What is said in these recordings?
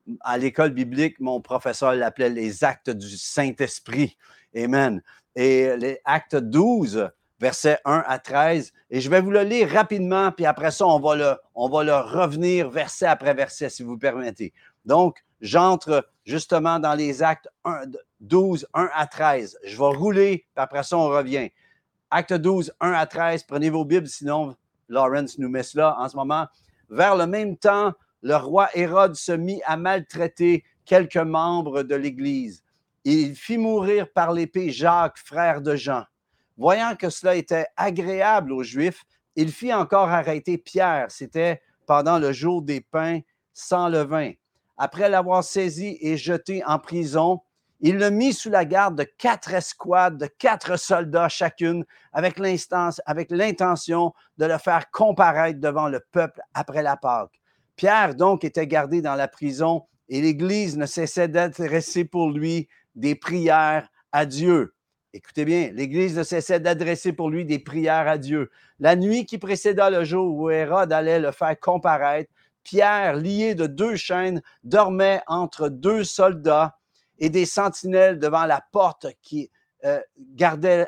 À l'école biblique, mon professeur l'appelait les actes du Saint-Esprit. Amen. Et les actes 12, versets 1 à 13. Et je vais vous le lire rapidement, puis après ça, on va le revenir verset après verset, si vous permettez. Donc, j'entre justement dans les actes 12, 1 à 13. Je vais rouler, puis après ça, on revient. Acte 12, 1 à 13. Prenez vos Bibles, sinon Lawrence nous met cela en ce moment. Vers le même temps, le roi Hérode se mit à maltraiter quelques membres de l'Église. Il fit mourir par l'épée Jacques, frère de Jean. Voyant que cela était agréable aux Juifs, il fit encore arrêter Pierre. C'était pendant le jour des pains sans levain. Après l'avoir saisi et jeté en prison, il le mit sous la garde de 4 escouades, de 4 soldats chacune, avec l'intention de le faire comparaître devant le peuple après la Pâque. Pierre, donc, était gardé dans la prison et l'Église ne cessait d'adresser pour lui des prières à Dieu. Écoutez bien, l'Église ne cessait d'adresser pour lui des prières à Dieu. La nuit qui précéda le jour où Hérode allait le faire comparaître, Pierre, lié de 2 chaînes, dormait entre 2 soldats et des sentinelles devant la porte gardaient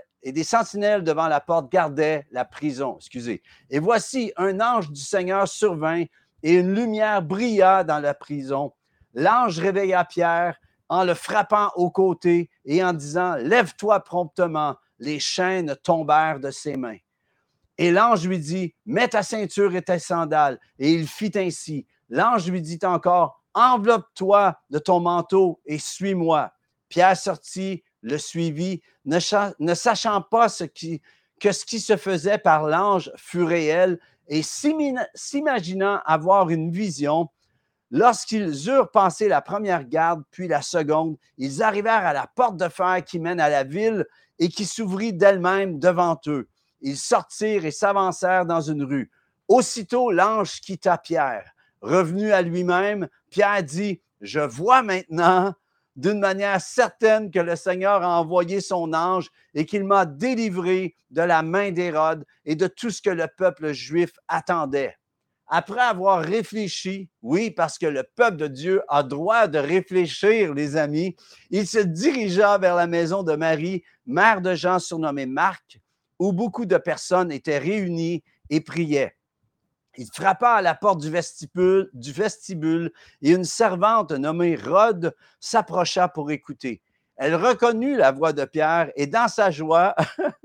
la prison. Excusez. Et voici, un ange du Seigneur survint et une lumière brilla dans la prison. L'ange réveilla Pierre en le frappant au côté et en disant « Lève-toi promptement ». Les chaînes tombèrent de ses mains. Et l'ange lui dit « Mets ta ceinture et tes sandales ». Et il fit ainsi. L'ange lui dit encore « Enveloppe-toi de ton manteau et suis-moi ». Pierre sortit, le suivit, ne sachant pas que ce qui se faisait par l'ange fut réel et s'imaginant avoir une vision. Lorsqu'ils eurent passé la première garde, puis la seconde, ils arrivèrent à la porte de fer qui mène à la ville et qui s'ouvrit d'elle-même devant eux. Ils sortirent et s'avancèrent dans une rue. Aussitôt, l'ange quitta Pierre. Revenu à lui-même, Pierre dit « Je vois maintenant d'une manière certaine que le Seigneur a envoyé son ange et qu'il m'a délivré de la main d'Hérode et de tout ce que le peuple juif attendait. » Après avoir réfléchi, oui, parce que le peuple de Dieu a droit de réfléchir, les amis, il se dirigea vers la maison de Marie, mère de Jean surnommé Marc, où beaucoup de personnes étaient réunies et priaient. Il frappa à la porte du vestibule et une servante nommée Rhode s'approcha pour écouter. Elle reconnut la voix de Pierre et dans sa joie,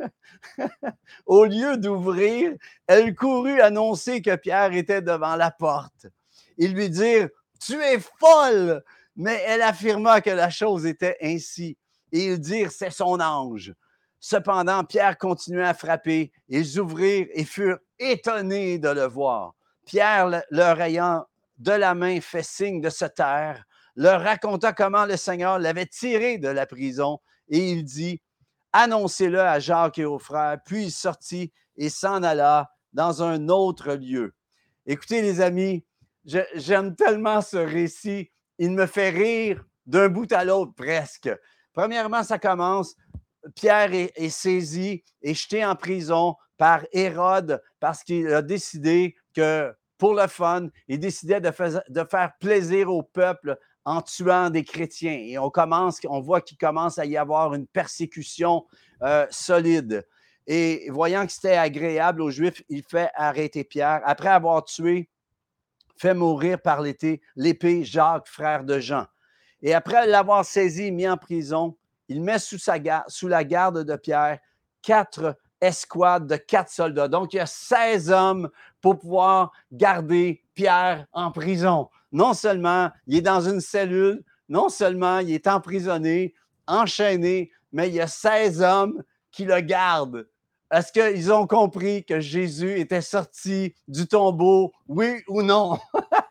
au lieu d'ouvrir, elle courut annoncer que Pierre était devant la porte. Ils lui dirent « Tu es folle !» Mais elle affirma que la chose était ainsi. Et ils dirent « C'est son ange ». Cependant, Pierre continuait à frapper. Ils ouvrirent et furent étonnés de le voir. Pierre, leur ayant de la main fait signe de se taire, leur raconta comment le Seigneur l'avait tiré de la prison et il dit « Annoncez-le à Jacques et aux frères. » Puis il sortit et s'en alla dans un autre lieu. Écoutez, les amis, j'aime tellement ce récit. Il me fait rire d'un bout à l'autre presque. Premièrement, ça commence. Pierre est saisi et jeté en prison par Hérode parce qu'il a décidé que, pour le fun, il décidait de faire plaisir au peuple en tuant des chrétiens. Et on voit qu'il commence à y avoir une persécution solide. Et voyant que c'était agréable aux Juifs, il fait arrêter Pierre. Après avoir tué, fait mourir par l'épée Jacques, frère de Jean. Et après l'avoir saisi et mis en prison, il met sous la garde de Pierre 4 escouades de 4 soldats. Donc, il y a 16 hommes pour pouvoir garder Pierre en prison. Non seulement il est dans une cellule, non seulement il est emprisonné, enchaîné, mais il y a 16 hommes qui le gardent. Est-ce qu'ils ont compris que Jésus était sorti du tombeau, oui ou non?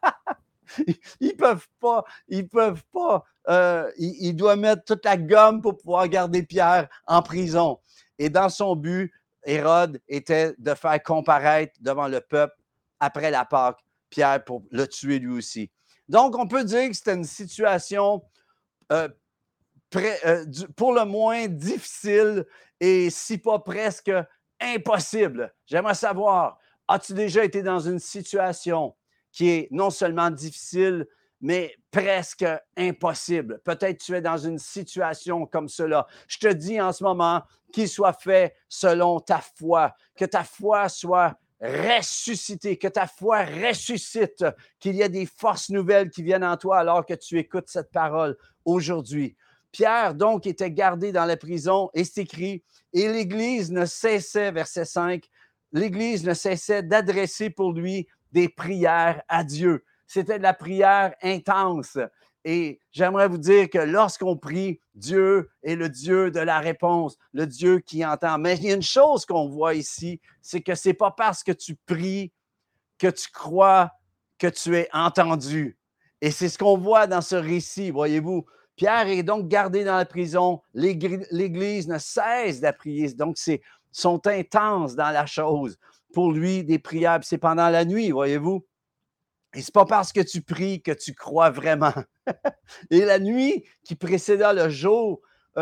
Ils peuvent pas, il doit mettre toute la gomme pour pouvoir garder Pierre en prison. Et dans son but, Hérode était de faire comparaître devant le peuple, après la Pâque, Pierre pour le tuer lui aussi. Donc, on peut dire que c'était une situation pour le moins difficile et si pas presque impossible. J'aimerais savoir, as-tu déjà été dans une situation qui est non seulement difficile, mais presque impossible. Peut-être tu es dans une situation comme cela. Je te dis en ce moment qu'il soit fait selon ta foi, que ta foi soit ressuscitée, que ta foi ressuscite, qu'il y ait des forces nouvelles qui viennent en toi alors que tu écoutes cette parole aujourd'hui. Pierre, donc, était gardé dans la prison et c'est écrit, et l'Église ne cessait, verset 5, l'Église ne cessait d'adresser pour lui des prières à Dieu. C'était de la prière intense. Et j'aimerais vous dire que lorsqu'on prie, Dieu est le Dieu de la réponse, le Dieu qui entend. Mais il y a une chose qu'on voit ici, c'est que ce n'est pas parce que tu pries que tu crois que tu es entendu. Et c'est ce qu'on voit dans ce récit, voyez-vous. Pierre est donc gardé dans la prison. L'Église ne cesse de prier. Donc, sont intenses dans la chose. Pour lui, des prières, c'est pendant la nuit, voyez-vous. Et c'est pas parce que tu pries que tu crois vraiment. Et la nuit qui précéda le jour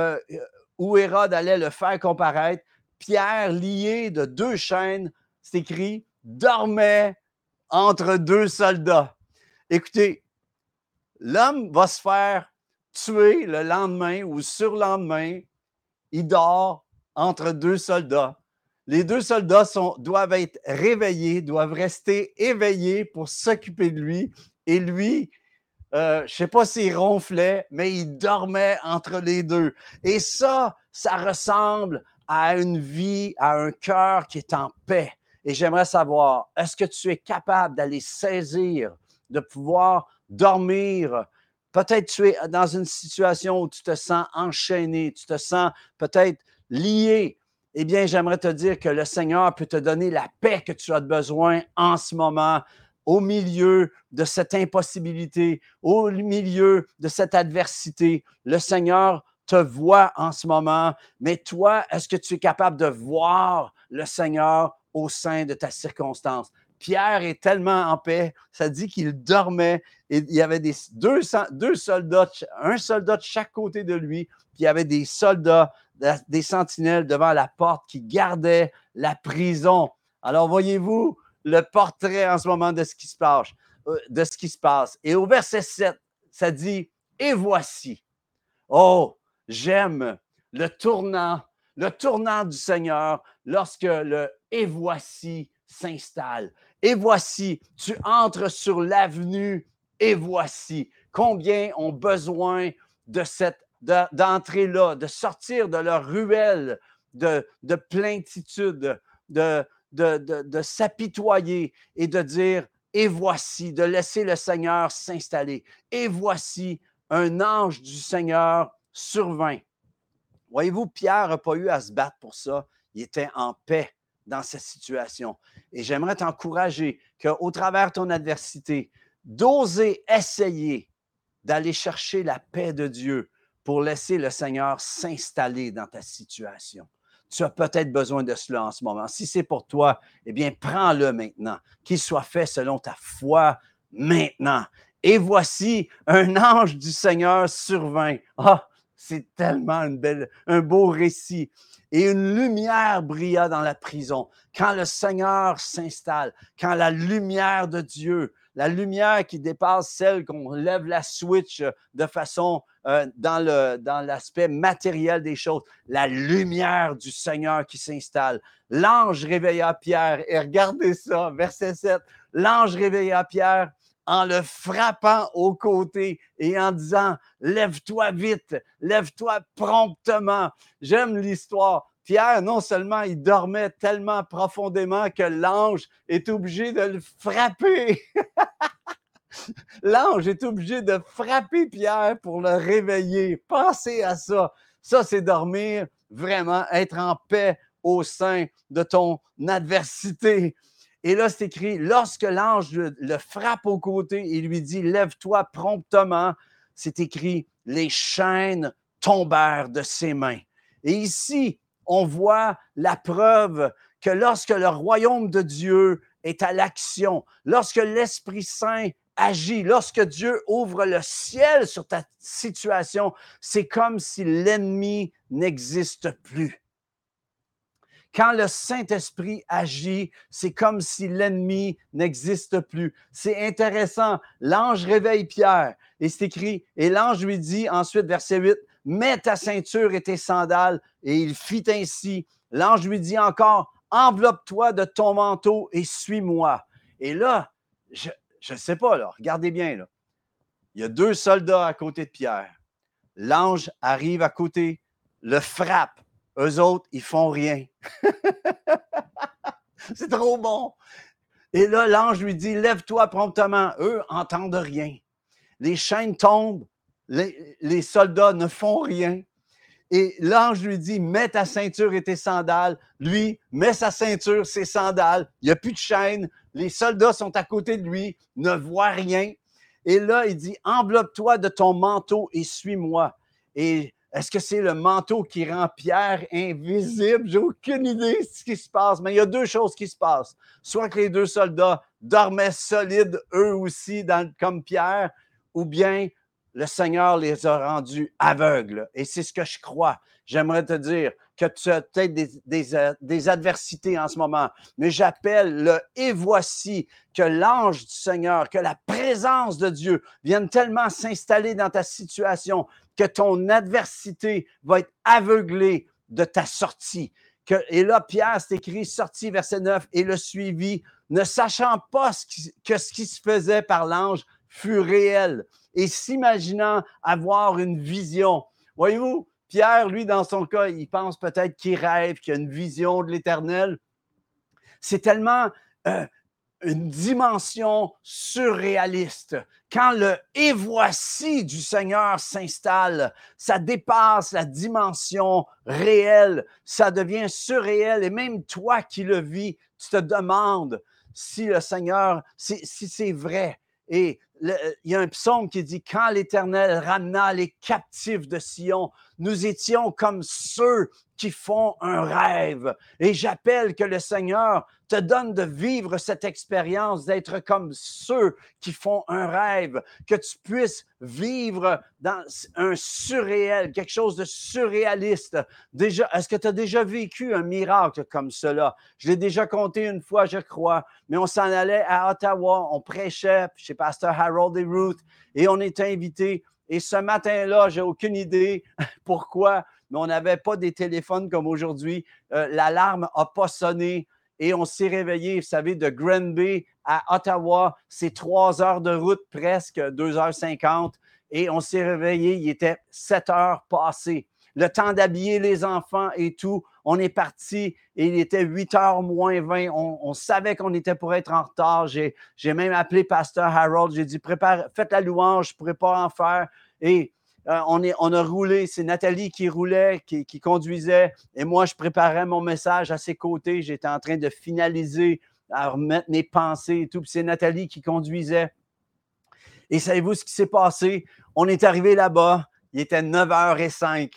où Hérode allait le faire comparaître, Pierre, lié de 2 chaînes, c'est écrit, dormait entre 2 soldats. Écoutez, l'homme va se faire tuer le lendemain ou surlendemain. Il dort entre 2 soldats. Les 2 soldats doivent être réveillés, doivent rester éveillés pour s'occuper de lui. Et lui, je ne sais pas s'il ronflait, mais il dormait entre les deux. Et ça ressemble à une vie, à un cœur qui est en paix. Et j'aimerais savoir, est-ce que tu es capable d'aller saisir, de pouvoir dormir? Peut-être tu es dans une situation où tu te sens enchaîné, tu te sens peut-être lié. Eh bien, j'aimerais te dire que le Seigneur peut te donner la paix que tu as besoin en ce moment, au milieu de cette impossibilité, au milieu de cette adversité. Le Seigneur te voit en ce moment, mais toi, est-ce que tu es capable de voir le Seigneur au sein de ta circonstance? Pierre est tellement en paix, ça dit qu'il dormait et il y avait deux soldats, un soldat de chaque côté de lui, puis il y avait des soldats, des sentinelles devant la porte qui gardaient la prison. Alors, voyez-vous le portrait en ce moment de ce qui se passe. Et au verset 7, ça dit, et voici. Oh, j'aime le tournant du Seigneur lorsque le et voici s'installe. Et voici, tu entres sur l'avenue et voici. Combien ont besoin d'entrer là, de sortir de leur ruelle de plaintitude, de s'apitoyer et de dire et voici, de laisser le Seigneur s'installer. Et voici, un ange du Seigneur survint. Voyez-vous, Pierre n'a pas eu à se battre pour ça. Il était en paix dans cette situation. Et j'aimerais t'encourager qu'au travers de ton adversité, d'oser essayer d'aller chercher la paix de Dieu pour laisser le Seigneur s'installer dans ta situation. Tu as peut-être besoin de cela en ce moment. Si c'est pour toi, eh bien, prends-le maintenant. Qu'il soit fait selon ta foi maintenant. Et voici, un ange du Seigneur survint. Ah, c'est tellement un beau récit. Et une lumière brilla dans la prison. Quand le Seigneur s'installe, quand la lumière de Dieu, la lumière qui dépasse celle qu'on lève la switch de façon dans l'aspect matériel des choses, la lumière du Seigneur qui s'installe. L'ange réveilla Pierre, et regardez ça, verset 7, l'ange réveilla Pierre en le frappant au côté et en disant « Lève-toi vite, lève-toi promptement ». J'aime l'histoire. Pierre, non seulement il dormait tellement profondément que l'ange est obligé de le frapper. L'ange est obligé de frapper Pierre pour le réveiller. Pensez à ça. Ça, c'est dormir vraiment, être en paix au sein de ton adversité. Et là, c'est écrit, lorsque l'ange le frappe au côté et lui dit, lève-toi promptement, c'est écrit, les chaînes tombèrent de ses mains. Et ici, on voit la preuve que lorsque le royaume de Dieu est à l'action, lorsque l'Esprit Saint agit, lorsque Dieu ouvre le ciel sur ta situation, c'est comme si l'ennemi n'existe plus. Quand le Saint-Esprit agit, c'est comme si l'ennemi n'existe plus. C'est intéressant. L'ange réveille Pierre et c'est écrit, et l'ange lui dit ensuite, verset 8, « Mets ta ceinture et tes sandales. » Et il fit ainsi. L'ange lui dit encore, « Enveloppe-toi de ton manteau et suis-moi. » Et là, je ne sais pas, là, regardez bien, là. Il y a 2 soldats à côté de Pierre. L'ange arrive à côté, le frappe. Eux autres, ils font rien. C'est trop bon. Et là, l'ange lui dit, lève-toi promptement. Eux entendent rien. Les chaînes tombent, les soldats ne font rien. Et l'ange lui dit, mets ta ceinture et tes sandales. Lui, met sa ceinture, ses sandales. Il n'y a plus de chaîne. Les soldats sont à côté de lui, ne voient rien. Et là, il dit, enveloppe-toi de ton manteau et suis-moi. Et est-ce que c'est le manteau qui rend Pierre invisible? J'ai aucune idée de ce qui se passe, mais il y a 2 choses qui se passent. Soit que les 2 soldats dormaient solides, eux aussi, comme Pierre, ou bien le Seigneur les a rendus aveugles. Et c'est ce que je crois. J'aimerais te dire que tu as peut-être des adversités en ce moment, mais j'appelle le « et voici » que l'ange du Seigneur, que la présence de Dieu vienne tellement s'installer dans ta situation que ton adversité va être aveuglée de ta sortie. Et là, Pierre, c'est écrit, sortie, verset 9, et le suivit, ne sachant pas que ce qui se faisait par l'ange fut réel, et s'imaginant avoir une vision. Voyez-vous, Pierre, lui, dans son cas, il pense peut-être qu'il rêve, qu'il a une vision de l'Éternel. C'est tellement une dimension surréaliste. Quand le « et voici » du Seigneur s'installe, ça dépasse la dimension réelle, ça devient surréel. Et même toi qui le vis, tu te demandes si le Seigneur, si c'est vrai. Et il y a un psaume qui dit « Quand l'Éternel ramena les captifs de Sion, nous étions comme ceux qui font un rêve. » Et j'appelle que le Seigneur te donne de vivre cette expérience, d'être comme ceux qui font un rêve, que tu puisses vivre dans un surréel, quelque chose de surréaliste. Déjà, est-ce que tu as déjà vécu un miracle comme cela? Je l'ai déjà compté une fois, je crois, mais on s'en allait à Ottawa, on prêchait chez Pasteur Harold et Ruth, et on était invités. Et ce matin-là, j'ai aucune idée pourquoi, mais on n'avait pas des téléphones comme aujourd'hui. L'alarme n'a pas sonné et on s'est réveillé, vous savez, de Granby à Ottawa. C'est 3 heures de route presque, 2h50. Et on s'est réveillé, il était 7 heures passées. Le temps d'habiller les enfants et tout, on est parti et il était 8h moins 20. On savait qu'on était pour être en retard. J'ai même appelé Pasteur Harold. J'ai dit, faites la louange, je ne pourrais pas en faire. Et on a roulé, c'est Nathalie qui roulait, qui conduisait, et moi, je préparais mon message à ses côtés. J'étais en train de finaliser, à remettre mes pensées et tout, puis c'est Nathalie qui conduisait. Et savez-vous ce qui s'est passé? On est arrivé là-bas, il était 9h05.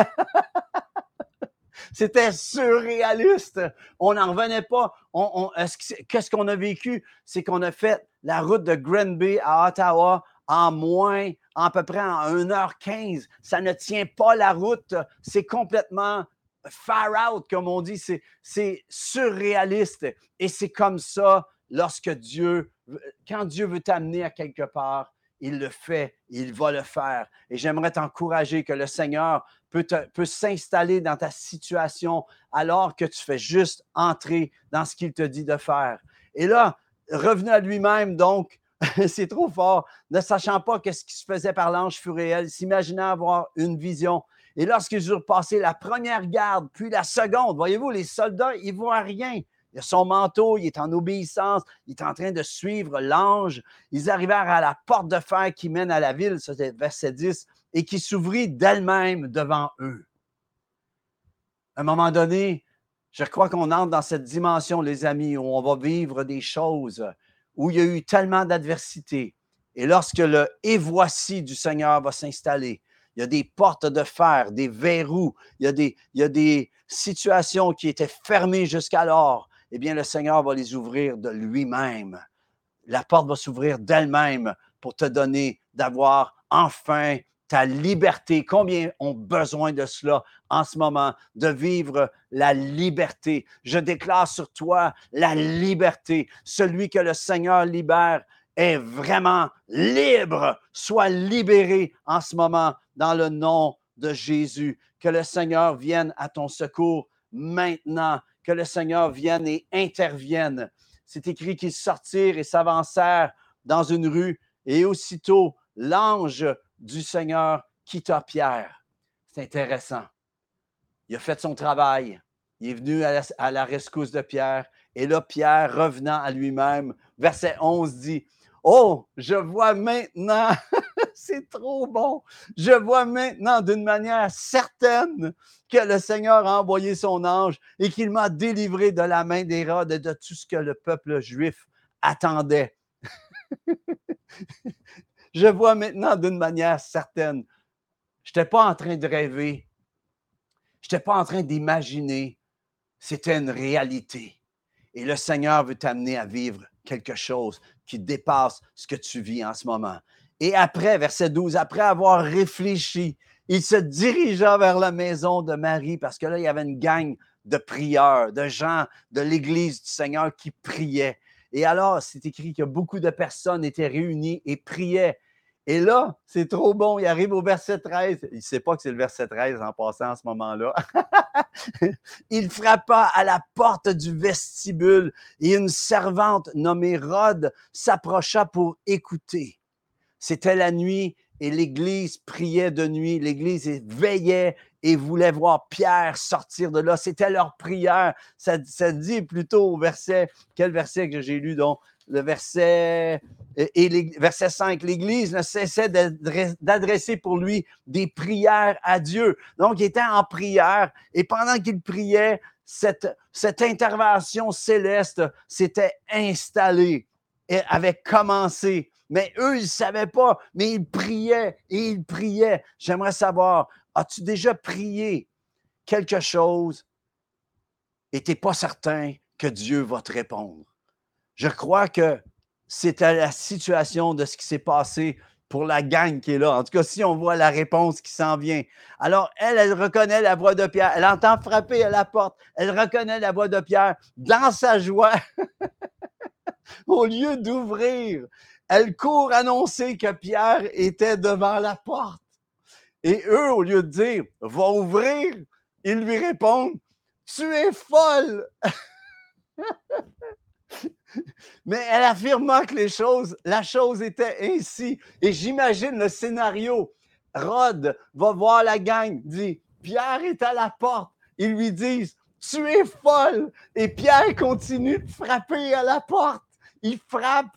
C'était surréaliste. On n'en revenait pas. Qu'est-ce qu'on a vécu? C'est qu'on a fait la route de Granby à Ottawa en à peu près en 1h15. Ça ne tient pas la route. C'est complètement far out, comme on dit. C'est surréaliste. Et c'est comme ça quand Dieu veut t'amener à quelque part, il le fait, il va le faire. Et j'aimerais t'encourager que le Seigneur peut s'installer dans ta situation alors que tu fais juste entrer dans ce qu'il te dit de faire. Et là, revenu à lui-même, donc, c'est trop fort, ne sachant pas que ce qui se faisait par l'ange fut réel, s'imaginant avoir une vision. Et lorsqu'ils eurent passé la première garde, puis la seconde, voyez-vous, les soldats, ils ne voient rien. Il a son manteau, il est en obéissance, il est en train de suivre l'ange. Ils arrivèrent à la porte de fer qui mène à la ville, ça c'est verset 10, et qui s'ouvrit d'elle-même devant eux. À un moment donné, je crois qu'on entre dans cette dimension, les amis, où on va vivre des choses, où il y a eu tellement d'adversité. Et lorsque le « et voici » du Seigneur va s'installer, il y a des portes de fer, des verrous, il y a des situations qui étaient fermées jusqu'alors. Eh bien, le Seigneur va les ouvrir de lui-même. La porte va s'ouvrir d'elle-même pour te donner d'avoir enfin ta liberté. Combien ont besoin de cela en ce moment, de vivre la liberté. Je déclare sur toi la liberté. Celui que le Seigneur libère est vraiment libre. Sois libéré en ce moment dans le nom de Jésus. Que le Seigneur vienne à ton secours maintenant. Que le Seigneur vienne et intervienne. C'est écrit qu'ils sortirent et s'avancèrent dans une rue et aussitôt l'ange du Seigneur quitta Pierre. C'est intéressant. Il a fait son travail. Il est venu à la rescousse de Pierre. Et là, Pierre, revenant à lui-même, verset 11 dit, « Oh, je vois maintenant, c'est trop bon, je vois maintenant d'une manière certaine que le Seigneur a envoyé son ange et qu'il m'a délivré de la main d'Hérode et de tout ce que le peuple juif attendait. » Je vois maintenant d'une manière certaine. Je n'étais pas en train de rêver. Je n'étais pas en train d'imaginer. C'était une réalité. Et le Seigneur veut t'amener à vivre quelque chose qui dépasse ce que tu vis en ce moment. Et après, verset 12, après avoir réfléchi, il se dirigea vers la maison de Marie parce que là, il y avait une gang de prieurs, de gens de l'Église du Seigneur qui priaient. Et alors, c'est écrit que beaucoup de personnes étaient réunies et priaient. Et là, c'est trop bon, il arrive au verset 13. Il ne sait pas que c'est le verset 13 en passant à ce moment-là. Il frappa à la porte du vestibule et une servante nommée Rhoda s'approcha pour écouter. C'était la nuit et l'Église priait de nuit. L'Église veillait et voulait voir Pierre sortir de là. C'était leur prière. Ça dit plutôt au verset, quel verset que j'ai lu donc? Le verset, verset 5, l'Église ne cessait d'adresser pour lui des prières à Dieu. Donc, il était en prière et pendant qu'il priait, cette intervention céleste s'était installée et avait commencé. Mais eux, ils ne savaient pas, mais ils priaient et ils priaient. J'aimerais savoir, as-tu déjà prié quelque chose et tu n'es pas certain que Dieu va te répondre? Je crois que c'était la situation de ce qui s'est passé pour la gang qui est là. En tout cas, si on voit la réponse qui s'en vient. Alors, elle reconnaît la voix de Pierre. Elle entend frapper à la porte. Elle reconnaît la voix de Pierre. Dans sa joie, au lieu d'ouvrir, elle court annoncer que Pierre était devant la porte. Et eux, au lieu de dire « Va ouvrir », ils lui répondent « Tu es folle ». Mais elle affirma que la chose était ainsi. Et j'imagine le scénario. Rod va voir la gang, dit « Pierre est à la porte ». Ils lui disent « Tu es folle ». Et Pierre continue de frapper à la porte. Il frappe.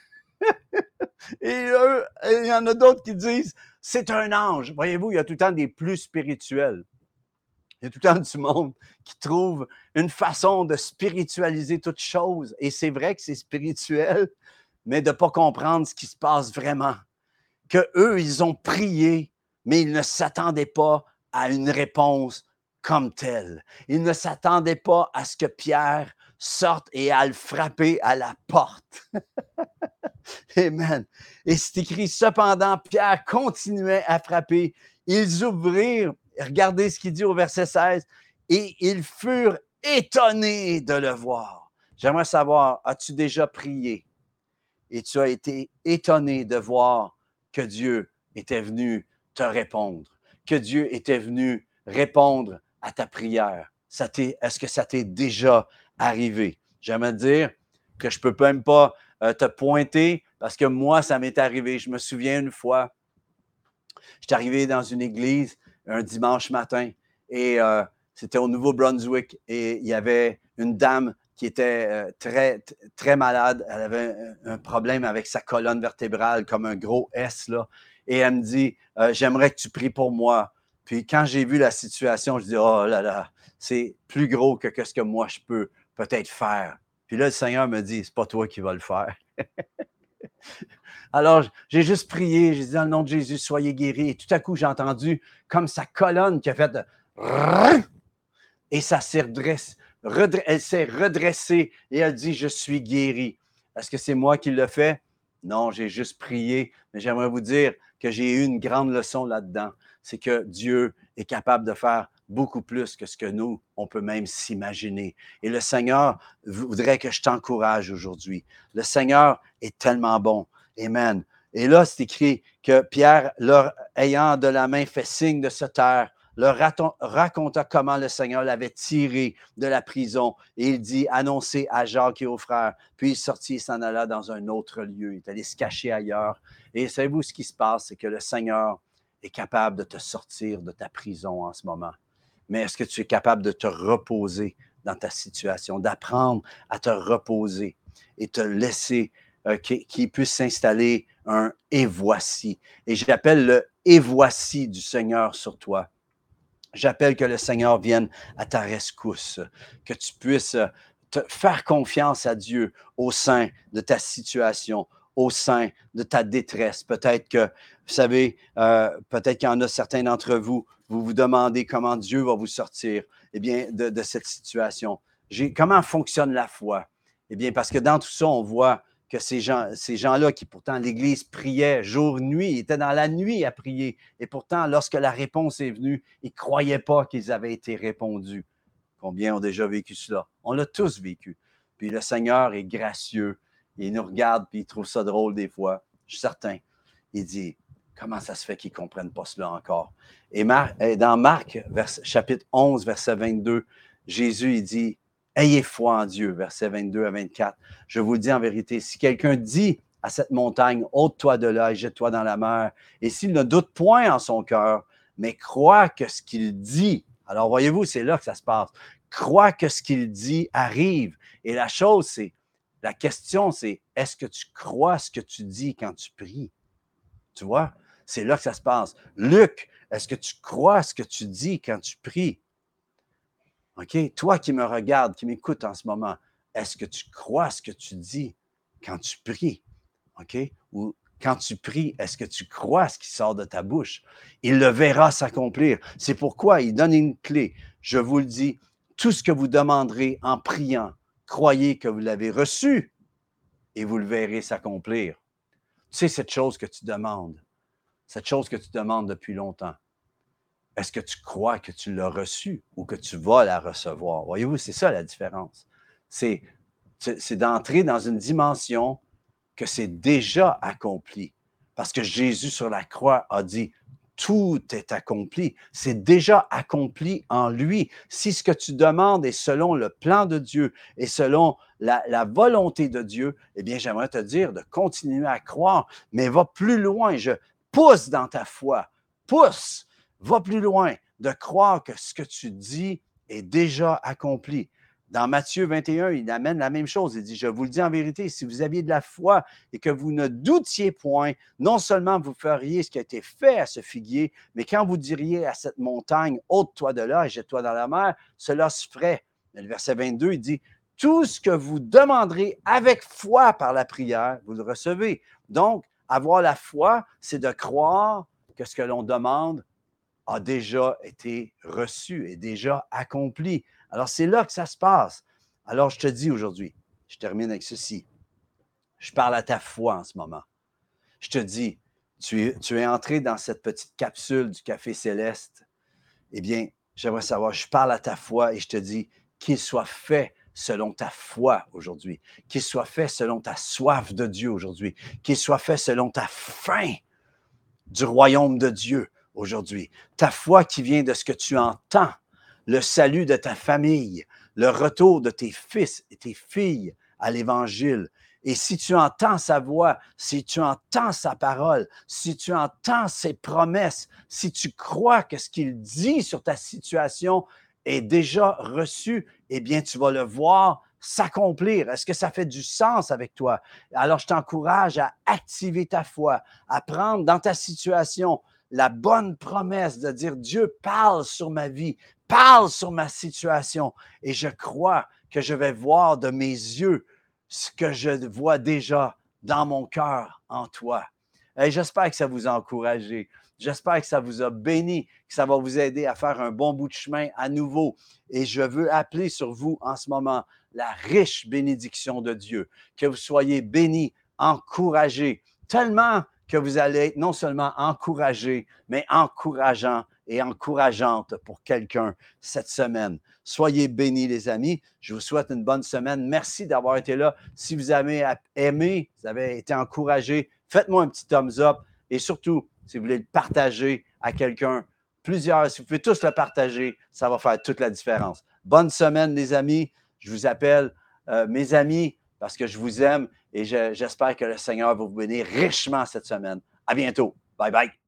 Et il y en a d'autres qui disent « C'est un ange ». Voyez-vous, il y a tout le temps des plus spirituels. Il y a tout le temps du monde qui trouve une façon de spiritualiser toute chose. Et c'est vrai que c'est spirituel, mais de ne pas comprendre ce qui se passe vraiment. Qu'eux, ils ont prié, mais ils ne s'attendaient pas à une réponse comme telle. Ils ne s'attendaient pas à ce que Pierre sorte et à le frapper à la porte. Amen. Et c'est écrit, cependant, Pierre continuait à frapper. Ils ouvrirent, regardez ce qu'il dit au verset 16, et ils furent étonnés de le voir. J'aimerais savoir, as-tu déjà prié et tu as été étonné de voir que Dieu était venu te répondre, que Dieu était venu répondre à ta prière? Est-ce que ça t'est déjà arrivé? J'aimerais dire que je ne peux même pas te pointer parce que moi, ça m'est arrivé. Je me souviens une fois, j'étais arrivé dans une église un dimanche matin et c'était au Nouveau-Brunswick et il y avait une dame qui était très, très malade. Elle avait un problème avec sa colonne vertébrale, comme un gros S, là. Et elle me dit, j'aimerais que tu pries pour moi. Puis quand j'ai vu la situation, je dis, oh là là, c'est plus gros que ce que moi je peux peut-être faire. Puis là, le Seigneur me dit, c'est pas toi qui vas le faire. Alors, j'ai juste prié, j'ai dit dans le nom de Jésus, soyez guéris. Et tout à coup, j'ai entendu comme sa colonne qui a fait et ça s'est redressé. Elle s'est redressée et elle dit, je suis guérie. Est-ce que c'est moi qui l'ai fait? Non, j'ai juste prié. Mais j'aimerais vous dire que j'ai eu une grande leçon là-dedans, c'est que Dieu est capable de faire beaucoup plus que ce que nous, on peut même s'imaginer. Et le Seigneur voudrait que je t'encourage aujourd'hui. Le Seigneur est tellement bon. Amen. Et là, c'est écrit que Pierre, leur ayant de la main fait signe de se taire, leur raconta comment le Seigneur l'avait tiré de la prison. Et il dit, annoncez à Jacques et aux frères. Puis il sortit et s'en alla dans un autre lieu. Il est allé se cacher ailleurs. Et savez-vous ce qui se passe? C'est que le Seigneur est capable de te sortir de ta prison en ce moment. Mais est-ce que tu es capable de te reposer dans ta situation, d'apprendre à te reposer et te laisser qu'il puisse s'installer un « et voici ». Et j'appelle le « et voici » du Seigneur sur toi. J'appelle que le Seigneur vienne à ta rescousse, que tu puisses te faire confiance à Dieu au sein de ta situation, au sein de ta détresse. Peut-être que, vous savez, peut-être qu'il y en a certains d'entre vous, vous vous demandez comment Dieu va vous sortir de cette situation. Comment fonctionne la foi? Eh bien, parce que dans tout ça, on voit que ces gens-là qui pourtant l'Église priait jour, nuit, ils étaient dans la nuit à prier. Et pourtant, lorsque la réponse est venue, ils ne croyaient pas qu'ils avaient été répondus. Combien ont déjà vécu cela? On l'a tous vécu. Puis le Seigneur est gracieux. Il nous regarde puis il trouve ça drôle des fois. Je suis certain. Il dit, comment ça se fait qu'ils ne comprennent pas cela encore? Et dans Marc, chapitre 11, verset 22, Jésus, il dit, ayez foi en Dieu, versets 22 à 24. Je vous le dis en vérité, si quelqu'un dit à cette montagne, ôte-toi de là et jette-toi dans la mer, et s'il ne doute point en son cœur, mais croit que ce qu'il dit, alors voyez-vous, c'est là que ça se passe, croit que ce qu'il dit arrive. Et la question c'est, est-ce que tu crois ce que tu dis quand tu pries? Tu vois, c'est là que ça se passe. Luc, est-ce que tu crois ce que tu dis quand tu pries? OK? Toi qui me regardes, qui m'écoutes en ce moment, est-ce que tu crois ce que tu dis quand tu pries? OK? Ou quand tu pries, est-ce que tu crois ce qui sort de ta bouche? Il le verra s'accomplir. C'est pourquoi il donne une clé. Je vous le dis, tout ce que vous demanderez en priant, croyez que vous l'avez reçu et vous le verrez s'accomplir. Tu sais, cette chose que tu demandes depuis longtemps. Est-ce que tu crois que tu l'as reçu ou que tu vas la recevoir? Voyez-vous, c'est ça la différence. C'est d'entrer dans une dimension que c'est déjà accompli. Parce que Jésus sur la croix a dit, tout est accompli. C'est déjà accompli en lui. Si ce que tu demandes est selon le plan de Dieu et selon la volonté de Dieu, eh bien, j'aimerais te dire de continuer à croire, mais va plus loin. Pousse dans ta foi. Pousse. Va plus loin de croire que ce que tu dis est déjà accompli. Dans Matthieu 21, il amène la même chose. Il dit, je vous le dis en vérité, si vous aviez de la foi et que vous ne doutiez point, non seulement vous feriez ce qui a été fait à ce figuier, mais quand vous diriez à cette montagne, ôte-toi de là et jette-toi dans la mer, cela se ferait. Mais le verset 22, il dit, tout ce que vous demanderez avec foi par la prière, vous le recevez. Donc, avoir la foi, c'est de croire que ce que l'on demande a déjà été reçu, est déjà accompli. Alors, c'est là que ça se passe. Alors, je te dis aujourd'hui, je termine avec ceci. Je parle à ta foi en ce moment. Je te dis, tu es entré dans cette petite capsule du Café Céleste. Eh bien, j'aimerais savoir, je parle à ta foi et je te dis qu'il soit fait selon ta foi aujourd'hui, qu'il soit fait selon ta soif de Dieu aujourd'hui, qu'il soit fait selon ta faim du royaume de Dieu aujourd'hui. Ta foi qui vient de ce que tu entends, le salut de ta famille, le retour de tes fils et tes filles à l'Évangile. Et si tu entends sa voix, si tu entends sa parole, si tu entends ses promesses, si tu crois que ce qu'il dit sur ta situation est déjà reçu, eh bien, tu vas le voir s'accomplir. Est-ce que ça fait du sens avec toi? Alors, je t'encourage à activer ta foi, à prendre dans ta situation la bonne promesse de dire, Dieu parle sur ma vie, parle sur ma situation, et je crois que je vais voir de mes yeux ce que je vois déjà dans mon cœur en toi. Et j'espère que ça vous a encouragé. J'espère que ça vous a béni, que ça va vous aider à faire un bon bout de chemin à nouveau. Et je veux appeler sur vous en ce moment la riche bénédiction de Dieu. Que vous soyez bénis, encouragés, tellement que vous allez être non seulement encouragé, mais encourageant et encourageante pour quelqu'un cette semaine. Soyez bénis, les amis. Je vous souhaite une bonne semaine. Merci d'avoir été là. Si vous avez aimé, vous avez été encouragé, faites-moi un petit thumbs up. Et surtout, si vous voulez le partager à quelqu'un, plusieurs, si vous pouvez tous le partager, ça va faire toute la différence. Bonne semaine, les amis. Je vous appelle mes amis parce que je vous aime et j'espère que le Seigneur va vous bénir richement cette semaine. À bientôt. Bye bye.